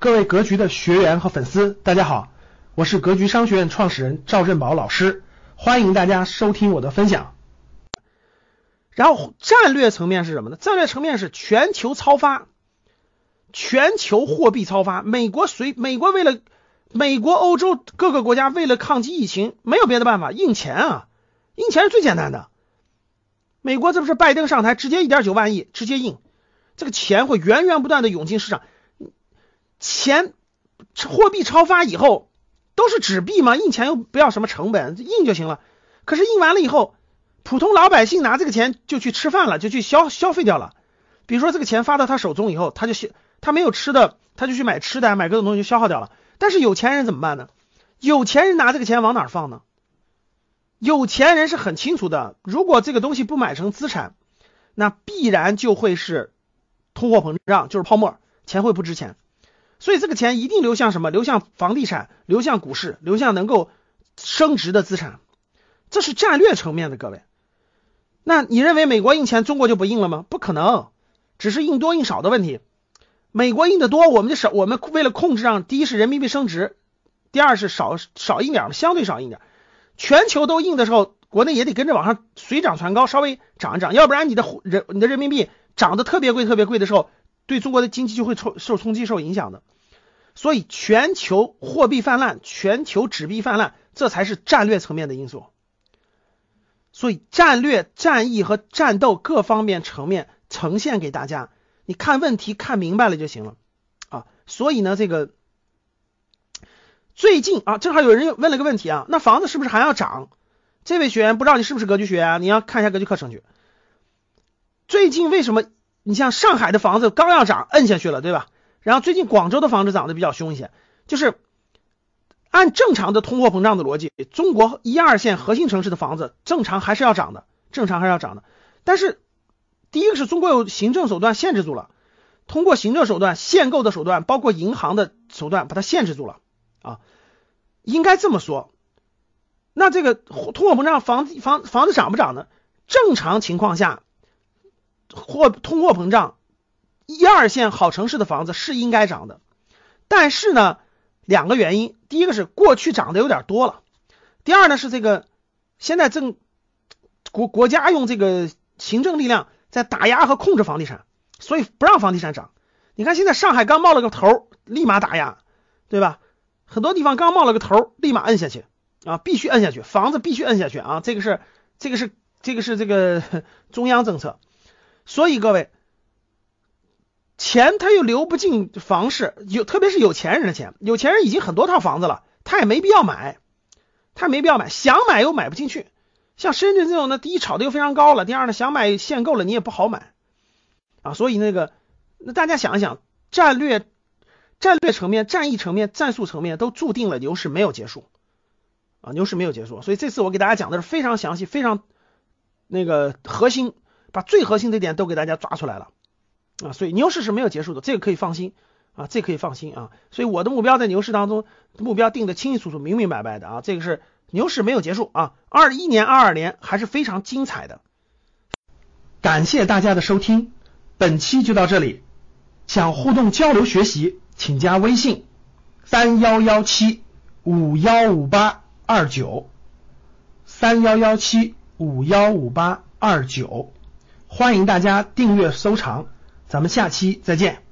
各位格局的学员和粉丝，大家好，我是格局商学院创始人赵振宝老师，欢迎大家收听我的分享。然后战略层面是什么呢？战略层面是全球超发，全球货币超发。美国欧洲各个国家为了抗击疫情，没有别的办法，印钱啊，印钱是最简单的。美国这不是拜登上台直接 1.9 万亿直接印，这个钱会源源不断的涌进市场。钱货币超发以后都是纸币嘛，印钱又不要什么成本，印就行了。可是印完了以后，普通老百姓拿这个钱就去吃饭了，就去消费掉了。比如说这个钱发到他手中以后，他没有吃的，他就去买吃的，买各种东西就消耗掉了。但是有钱人怎么办呢？有钱人拿这个钱往哪儿放呢？有钱人是很清楚的，如果这个东西不买成资产，那必然就会是通货膨胀，就是泡沫，钱会不值钱。所以这个钱一定流向什么？流向房地产，流向股市，流向能够升值的资产。这是战略层面的，各位。那你认为美国印钱，中国就不印了吗？不可能，只是印多印少的问题。美国印的多，我们为了控制让，第一是人民币升值，第二是少印点，相对少印点。全球都印的时候，国内也得跟着往上水涨船高，稍微涨一涨，要不然你的人民币涨得特别贵的时候，对中国的经济就会受冲击、受影响的。所以全球货币泛滥，全球纸币泛滥，这才是战略层面的因素。所以战略、战役和战斗各方面层面呈现给大家，你看问题看明白了就行了啊。所以呢，这个最近啊，正好有人问了个问题啊，那房子是不是还要涨？这位学员不知道你是不是格局学员啊？你要看一下格局课程去。最近为什么你像上海的房子刚要涨，摁下去了，对吧？然后最近广州的房子涨得比较凶一些，就是按正常的通货膨胀的逻辑，中国1、2线核心城市的房子正常还是要涨的，但是第一个是中国有行政手段限制住了，通过行政手段、限购的手段，包括银行的手段把它限制住了啊，应该这么说。那这个通货膨胀房子涨不涨呢？正常情况下，通货膨胀1、2线好城市的房子是应该涨的，但是呢，两个原因，第一个是过去涨的有点多了，第二呢是这个现在国家用这个行政力量在打压和控制房地产，所以不让房地产涨。你看现在上海刚冒了个头，立马打压，对吧？很多地方刚冒了个头，立马摁下去啊，必须摁下去，房子必须摁下去啊，这个是这个中央政策。所以各位，钱他又流不进房市，特别是有钱人的钱，有钱人已经很多套房子了，他也没必要买，想买又买不进去。像深圳这种呢，第一炒的又非常高了，第二呢想买限购了你也不好买啊。所以那大家想一想，战略层面、战役层面、战术层面都注定了牛市没有结束啊，牛市没有结束。所以这次我给大家讲的是非常详细、非常核心，把最核心的点都给大家抓出来了啊。所以牛市是没有结束的，这个可以放心啊，所以我的目标在牛市当中，目标定的清清楚楚、明明白白的啊。这个是牛市没有结束啊，21年、22年还是非常精彩的。感谢大家的收听，本期就到这里。想互动交流学习，请加微信3117515829，3117515829，欢迎大家订阅收藏，咱们下期再见。